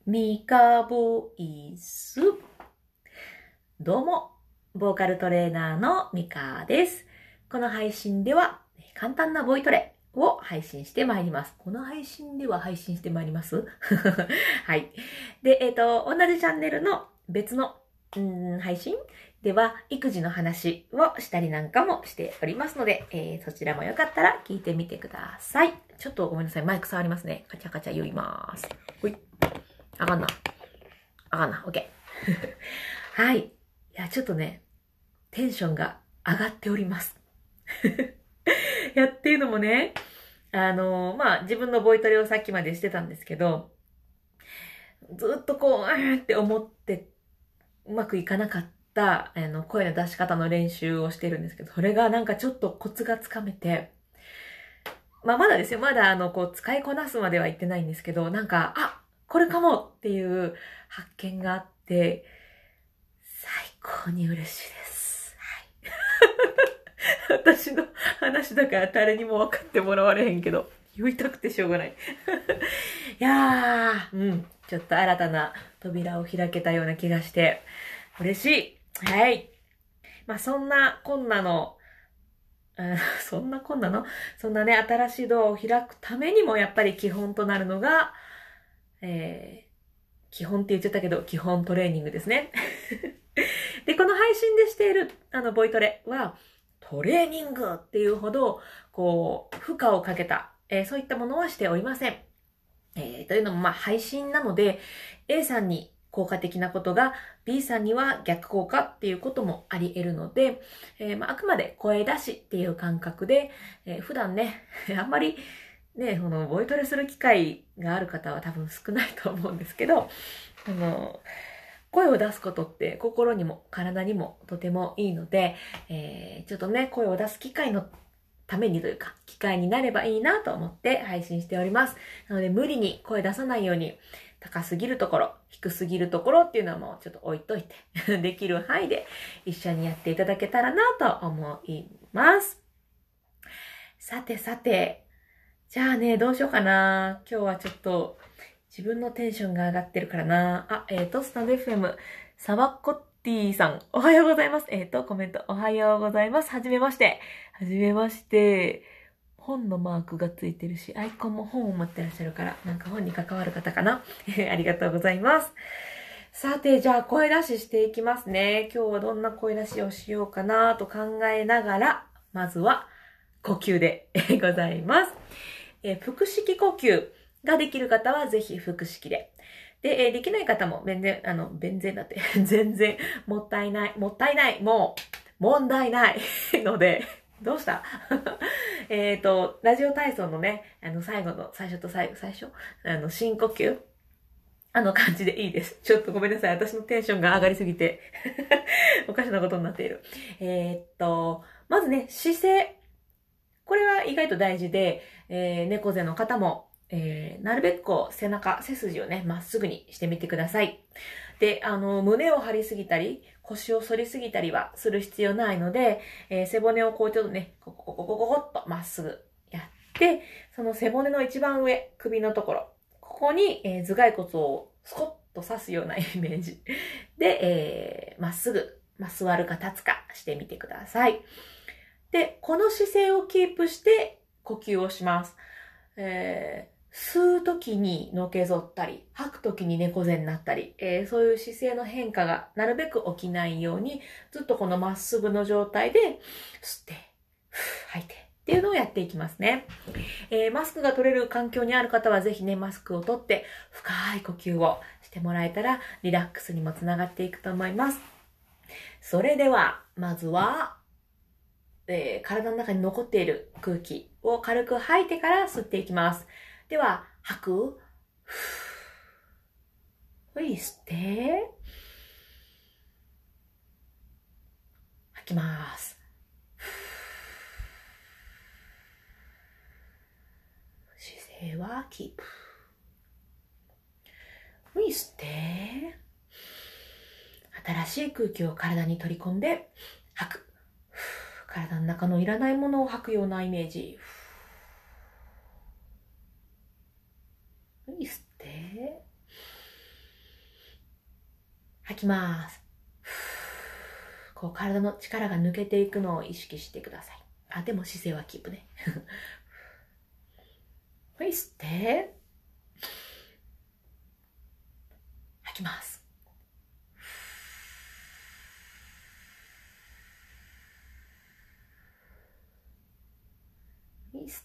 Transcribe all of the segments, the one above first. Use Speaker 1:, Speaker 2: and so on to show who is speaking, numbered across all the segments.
Speaker 1: ミカボイス。どうも、ボーカルトレーナーのミカです。この配信では、簡単なボイトレを配信してまいります。この配信では配信してまいりますはい。で、同じチャンネルの別の配信では、育児の話をしたりなんかもしておりますので、そちらもよかったら聞いてみてください。ちょっとごめんなさい。マイク触りますね。カチャカチャ言います。ほい。あかんな。あかんな。オッケー。はい。いや、ちょっとね、テンションが上がっております。やっていうのもね、自分のボイトレをさっきまでしてたんですけど、ずっとこう、って思って、うまくいかなかった、声の出し方の練習をしてるんですけど、それがなんかちょっとコツがつかめて、まだですよ。まだ使いこなすまでは言ってないんですけど、なんか、これかもっていう発見があって、最高に嬉しいです。はい。私の話だから誰にも分かってもらわれへんけど、言いたくてしょうがない。いやー、ちょっと新たな扉を開けたような気がして、嬉しい。はい。そんなこんなの、そんなこんなのそんなね、新しいドアを開くためにもやっぱり基本となるのが、基本って言っちゃったけど、基本トレーニングですね。で、この配信でしている、ボイトレは、トレーニングっていうほど、負荷をかけた、そういったものはしておりません。というのも、配信なので、A さんに効果的なことが B さんには逆効果っていうこともあり得るので、あくまで声出しっていう感覚で、普段ね、あんまりね、ボイトレする機会がある方は多分少ないと思うんですけど、声を出すことって心にも体にもとてもいいので、ちょっとね、声を出す機会のためにというか、機会になればいいなと思って配信しております。なので無理に声出さないように、高すぎるところ、低すぎるところっていうのはもうちょっと置いといて、できる範囲で一緒にやっていただけたらなと思います。さてさて、じゃあね、どうしようかな。今日はちょっと自分のテンションが上がってるからな。スタンド FM、サバコッティさん、おはようございます。コメント、おはようございます。はじめまして。はじめまして。本のマークがついてるし、アイコンも本を持ってらっしゃるから、なんか本に関わる方かな。ありがとうございます。さて、じゃあ声出ししていきますね。今日はどんな声出しをしようかなと考えながら、まずは呼吸でございます。腹式呼吸ができる方はぜひ腹式で。で、できない方も全然だって、全然もったいない、もう、問題ないので、どうしたラジオ体操のね、最初と最初、深呼吸感じでいいです。ちょっとごめんなさい。私のテンションが上がりすぎておかしなことになっている。まずね、姿勢。これは意外と大事で、猫背の方も、なるべく背中、背筋をね、まっすぐにしてみてください。で、胸を張りすぎたり、腰を反りすぎたりはする必要ないので、背骨をちょっとね、こっとまっすぐやって、その背骨の一番上、首のところ、ここに、頭蓋骨をスコッと刺すようなイメージで、まっすぐ、座るか立つかしてみてください。で、この姿勢をキープして呼吸をします。吸うときにのけぞったり、吐くときに猫背になったり、そういう姿勢の変化がなるべく起きないように、ずっとこのまっすぐの状態で吸って、吐いてっていうのをやっていきますね。マスクが取れる環境にある方はぜひね、マスクを取って深い呼吸をしてもらえたらリラックスにもつながっていくと思います。それでは、まずは、体の中に残っている空気を軽く吐いてから吸っていきます。では、吐く。吸って。吐きます。姿勢はキープ。吸って。新しい空気を体に取り込んで吐く。体の中のいらないものを吐くようなイメージ。吸って。 吐きます。こう体の力が抜けていくのを意識してください。あ、でも姿勢はキープね。はい、吸って、吐きます。はい、吸って、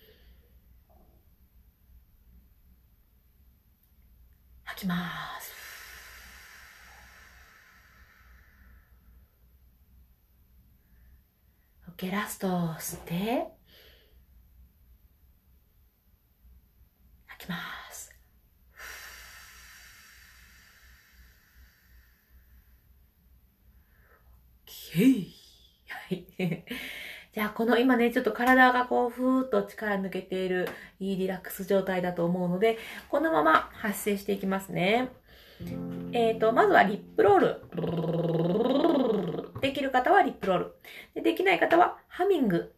Speaker 1: 吐きます。OK、ラスト、吸って、吐きます。OK。はい。じゃあ、この今ね、ちょっと体がこう、ふーっと力抜けている、いいリラックス状態だと思うので、このまま発声していきますね。まずはリップロール。できる方はリップロール。できない方はハミング。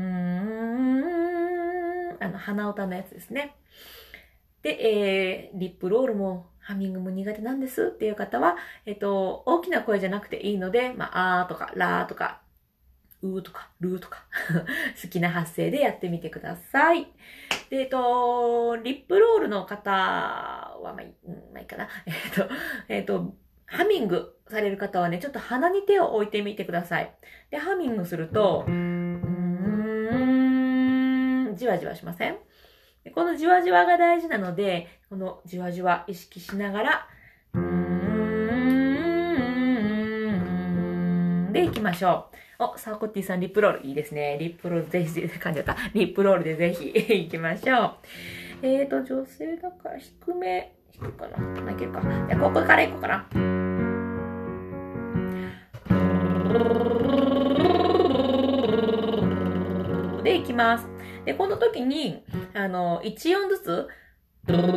Speaker 1: 鼻歌のやつですね。で、リップロールもハミングも苦手なんですっていう方は、大きな声じゃなくていいので、あーとか、ラーとか、うーとか、ルーとか、好きな発声でやってみてください。で、リップロールの方は、まあいいかな。ハミングされる方はね、ちょっと鼻に手を置いてみてください。で、ハミングすると、じわじわしません？でこのじわじわが大事なので、このじわじわ意識しながら、でいきましょう。お、サーコッティさんリップロールいいですね。リップロールぜひ、噛んじゃった。リップロールでぜひいきましょう。女性だから低め、低くかな。いけるか。じゃあここからいこうかな。でいきます。で、この時に、1音ずつ、ブル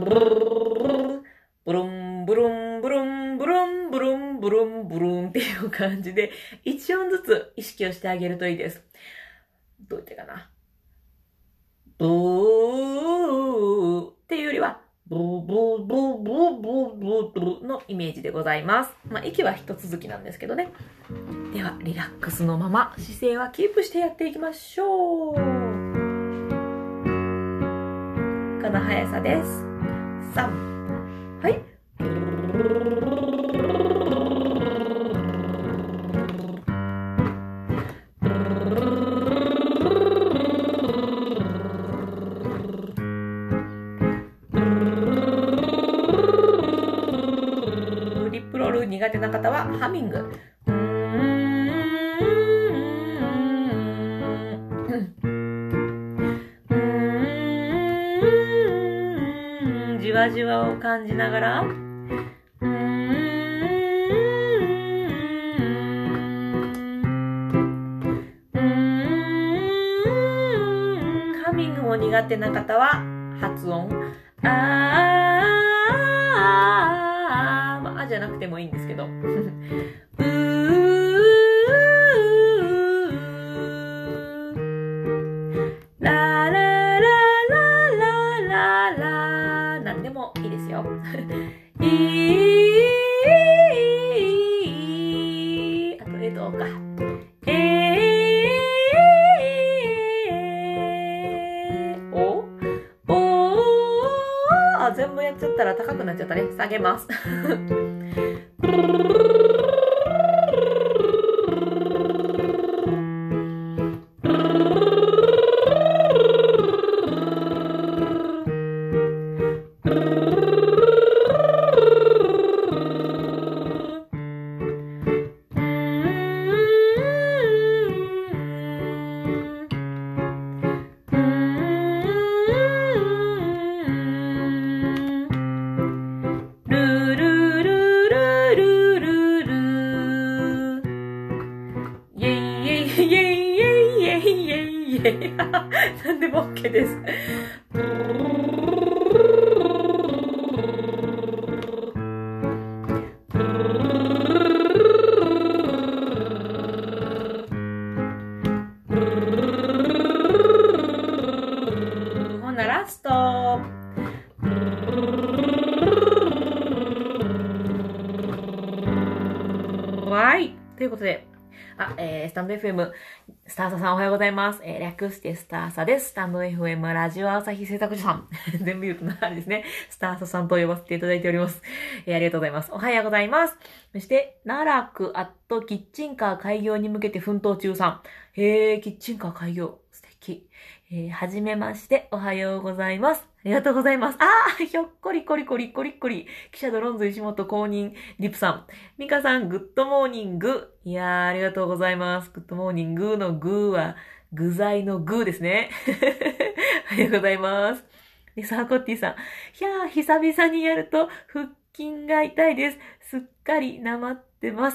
Speaker 1: ンブルンブルンブルンブルンブルンブルンっていう感じで、1音ずつ意識をしてあげるといいです。どうやってかな。ブーっていうよりは、ブーブーブーブーブーブーブーのイメージでございます。息は一続きなんですけどね。では、リラックスのまま姿勢はキープしてやっていきましょう。この速さです。3、はい。リップロール苦手な方はハミング。じわじわを感じながら、ハミングも苦手な方は発音、あじゃなくてもいいんですけど、ラララララララなんでもいいですよ。あとか。全部やっちゃったら高くなっちゃったね。下げます。何でも OK です。ほんならラスト。 ということで、スタンド FM、スターサさんおはようございます。略してスターサです。スタンド FM ラジオ朝日製作所さん。全部言うとあれですね。スターサさんと呼ばせていただいております。ありがとうございます。おはようございます。そして、奈落キッチンカー開業に向けて奮闘中さん。キッチンカー開業。素敵。はじめまして、おはようございます。ありがとうございます。ひょっこりこりこりこりこり。記者ドロンズ石本公認リプさん。ミカさん、グッドモーニング。いやー、ありがとうございます。グッドモーニングのグーは、具材のグーですね。ありがとうございます。で、サーコッティさん。久々にやると、腹筋が痛いです。すっかりなまってます。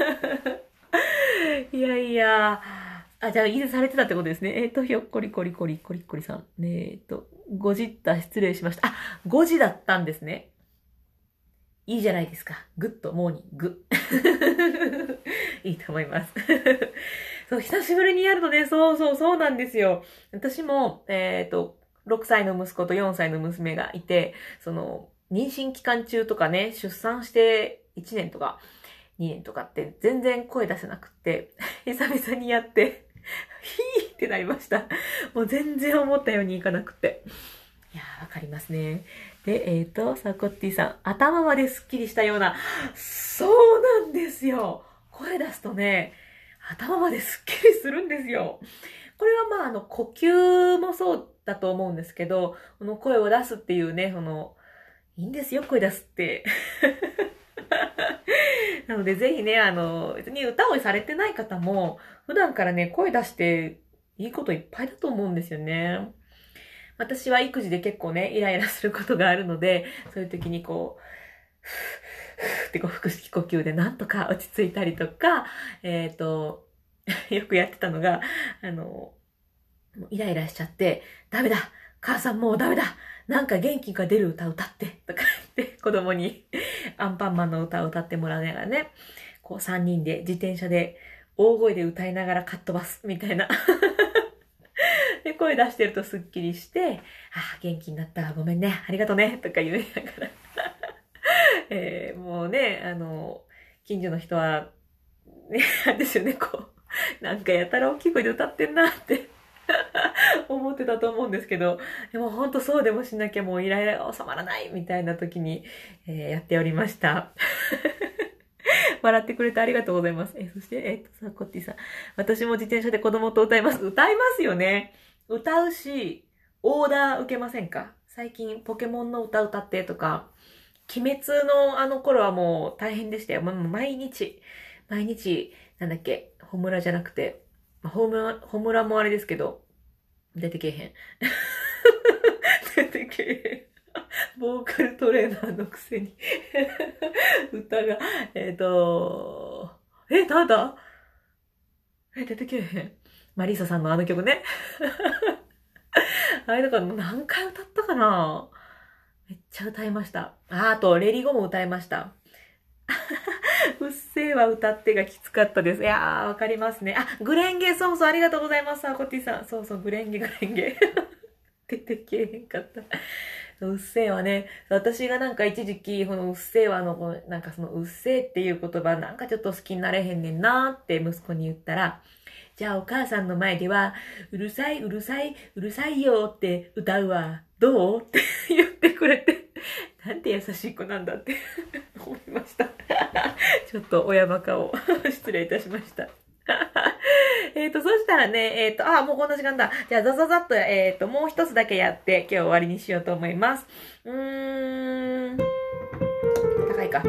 Speaker 1: いやいやじゃあ、いいされてたってことですね。ひょっこりこりこりこりこりさん。5時った失礼しました。5時だったんですね。いいじゃないですか。グッドモーニング。いいと思います。そう、久しぶりにやるとね、そうなんですよ。私も、6歳の息子と4歳の娘がいて、妊娠期間中とかね、出産して1年とか2年とかって全然声出せなくって、久々にやって、ヒーってなりました。もう全然思ったようにいかなくて。いやー、わかりますね。で、サコッティさん、頭までスッキリしたような、そうなんですよ。声出すとね、頭までスッキリするんですよ。これは呼吸もそうだと思うんですけど、この声を出すっていうね、いいんですよ、声出すって。なので、ぜひね、別に歌をされてない方も、普段からね、声出して、いいこといっぱいだと思うんですよね。私は育児で結構ね、イライラすることがあるので、そういう時にふーって腹式呼吸でなんとか落ち着いたりとか、よくやってたのが、イライラしちゃって、ダメだ母さんもうダメだなんか元気が出る歌歌ってとか言って子供にアンパンマンの歌を歌ってもらいながらね、3人で自転車で大声で歌いながらかっ飛ばすみたいな。で、声出してるとスッキリして、元気になった。ごめんね。ありがとね。とか言いながら。もうね、近所の人は、ね、なんですよね、なんかやたら大きい声で歌ってんなって思ってたと思うんですけど、でも本当そうでもしなきゃもうイライラが収まらないみたいな時に、やっておりました。笑ってくれてありがとうございます。そして、さコッティさん。私も自転車で子供と歌います。歌いますよね。歌うし、オーダー受けませんか？最近ポケモンの歌歌ってとか、鬼滅のあの頃はもう大変でしたよ。毎日、なんだっけ、ホムラじゃなくて、ホムラもあれですけど、出てけえへん。出てけえへん。ボーカルトレーナーのくせに歌が、なんだ出てけえへん。マリーサさんのあの曲ね。あれだから何回歌ったかな？めっちゃ歌いました。あと、レリゴも歌いました。うっせぇわ歌ってがきつかったです。いやー、わかりますね。グレンゲ、そうありがとうございます、サーコティさん。グレンゲ。出てけえへんかった。うっせぇわね。私がなんか一時期、うっせぇわの、なんかうっせぇっていう言葉、なんかちょっと好きになれへんねんなーって息子に言ったら、じゃあお母さんの前では、うるさいよって歌うわ。どうって言ってくれて、なんて優しい子なんだって思いました。ちょっと親バカを失礼いたしました。そしたらね、もうこんな時間だ。じゃあ、ざっと、もう一つだけやって、今日終わりにしようと思います。高いか。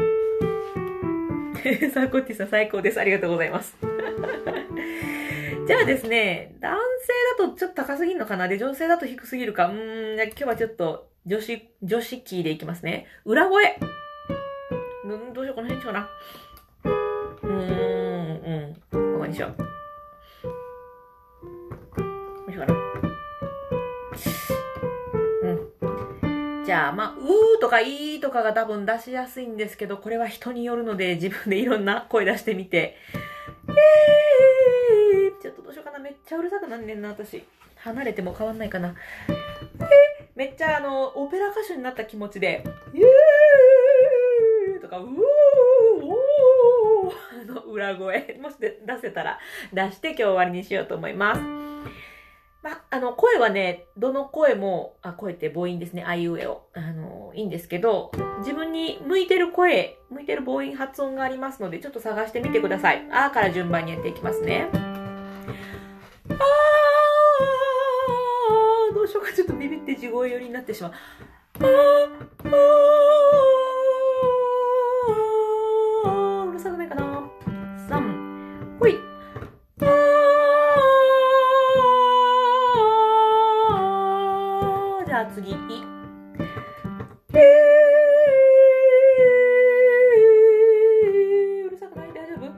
Speaker 1: サーコッティさん最高です。ありがとうございます。じゃあですね、男性だとちょっと高すぎるのかなで、女性だと低すぎるか。今日はちょっと、女子キーでいきますね。裏声。どうしよう、この辺にしようかな。ここにしよう。どうしようかな。じゃあ、うーとかいーとかが多分出しやすいんですけど、これは人によるので、自分でいろんな声出してみて。ちょっとどうしようかな。めっちゃうるさくなんねんな、私。離れても変わんないかな。めっちゃオペラ歌手になった気持ちで、とか、 裏声、もし出せたら出して今日終わりにしようと思います。声はね、どの声も、声って母音ですね、あいうえお。いいんですけど、自分に向いてる声、向いてる母音発音がありますので、ちょっと探してみてください。あーから順番にやっていきますね。どうしようか、ちょっとビビって地声寄りになってしまう。うるさくないかな。3、ほい。じゃあ次、うるさくない？大丈夫？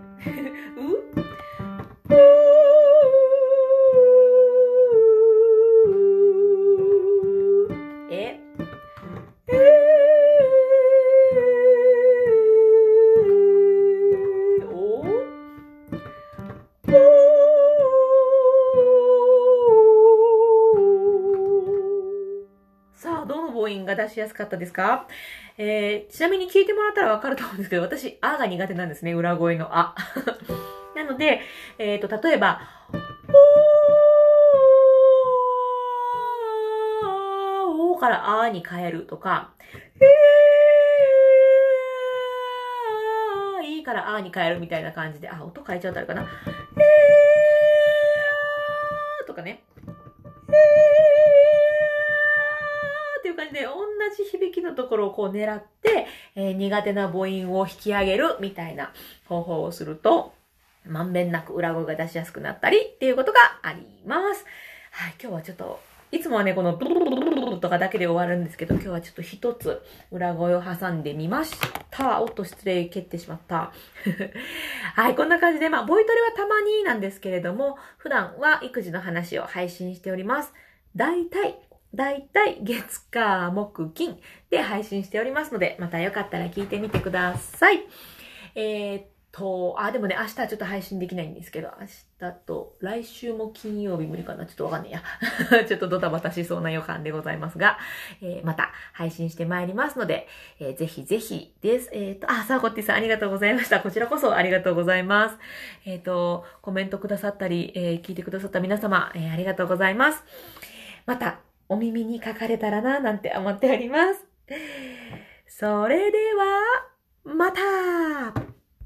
Speaker 1: さあ、どの母音が出しやすかったですか？ちなみに聞いてもらったらわかると思うんですけど、私、あが苦手なんですね、裏声のあ。なので、例えば、おーからあに変えるとか、いいからあに変えるみたいな感じで、音変えちゃうとあるかな。とかね。っていう感じで、同じ響きのところをこう狙って、苦手な母音を引き上げるみたいな方法をすると、まんべんなく裏声が出しやすくなったりっていうことがあります。はい、今日はちょっと、いつもはね、このブルブルブルブルとかだけで終わるんですけど、今日はちょっと一つ裏声を挟んでみました。おっと、失礼蹴ってしまった。はい、こんな感じで、ボイトレはたまになんですけれども、普段は育児の話を配信しております。だいたい月火木金で配信しておりますので、またよかったら聞いてみてください。でもね、明日はちょっと配信できないんですけど、明日と来週も金曜日無理かな、ちょっとわかんねえや。ちょっとドタバタしそうな予感でございますが、また配信してまいりますので、ぜひぜひです。さあこってぃさんありがとうございました。こちらこそありがとうございます。コメントくださったり、聞いてくださった皆様、ありがとうございます。また、お耳にかかれたらな、なんて思っております。それでは、また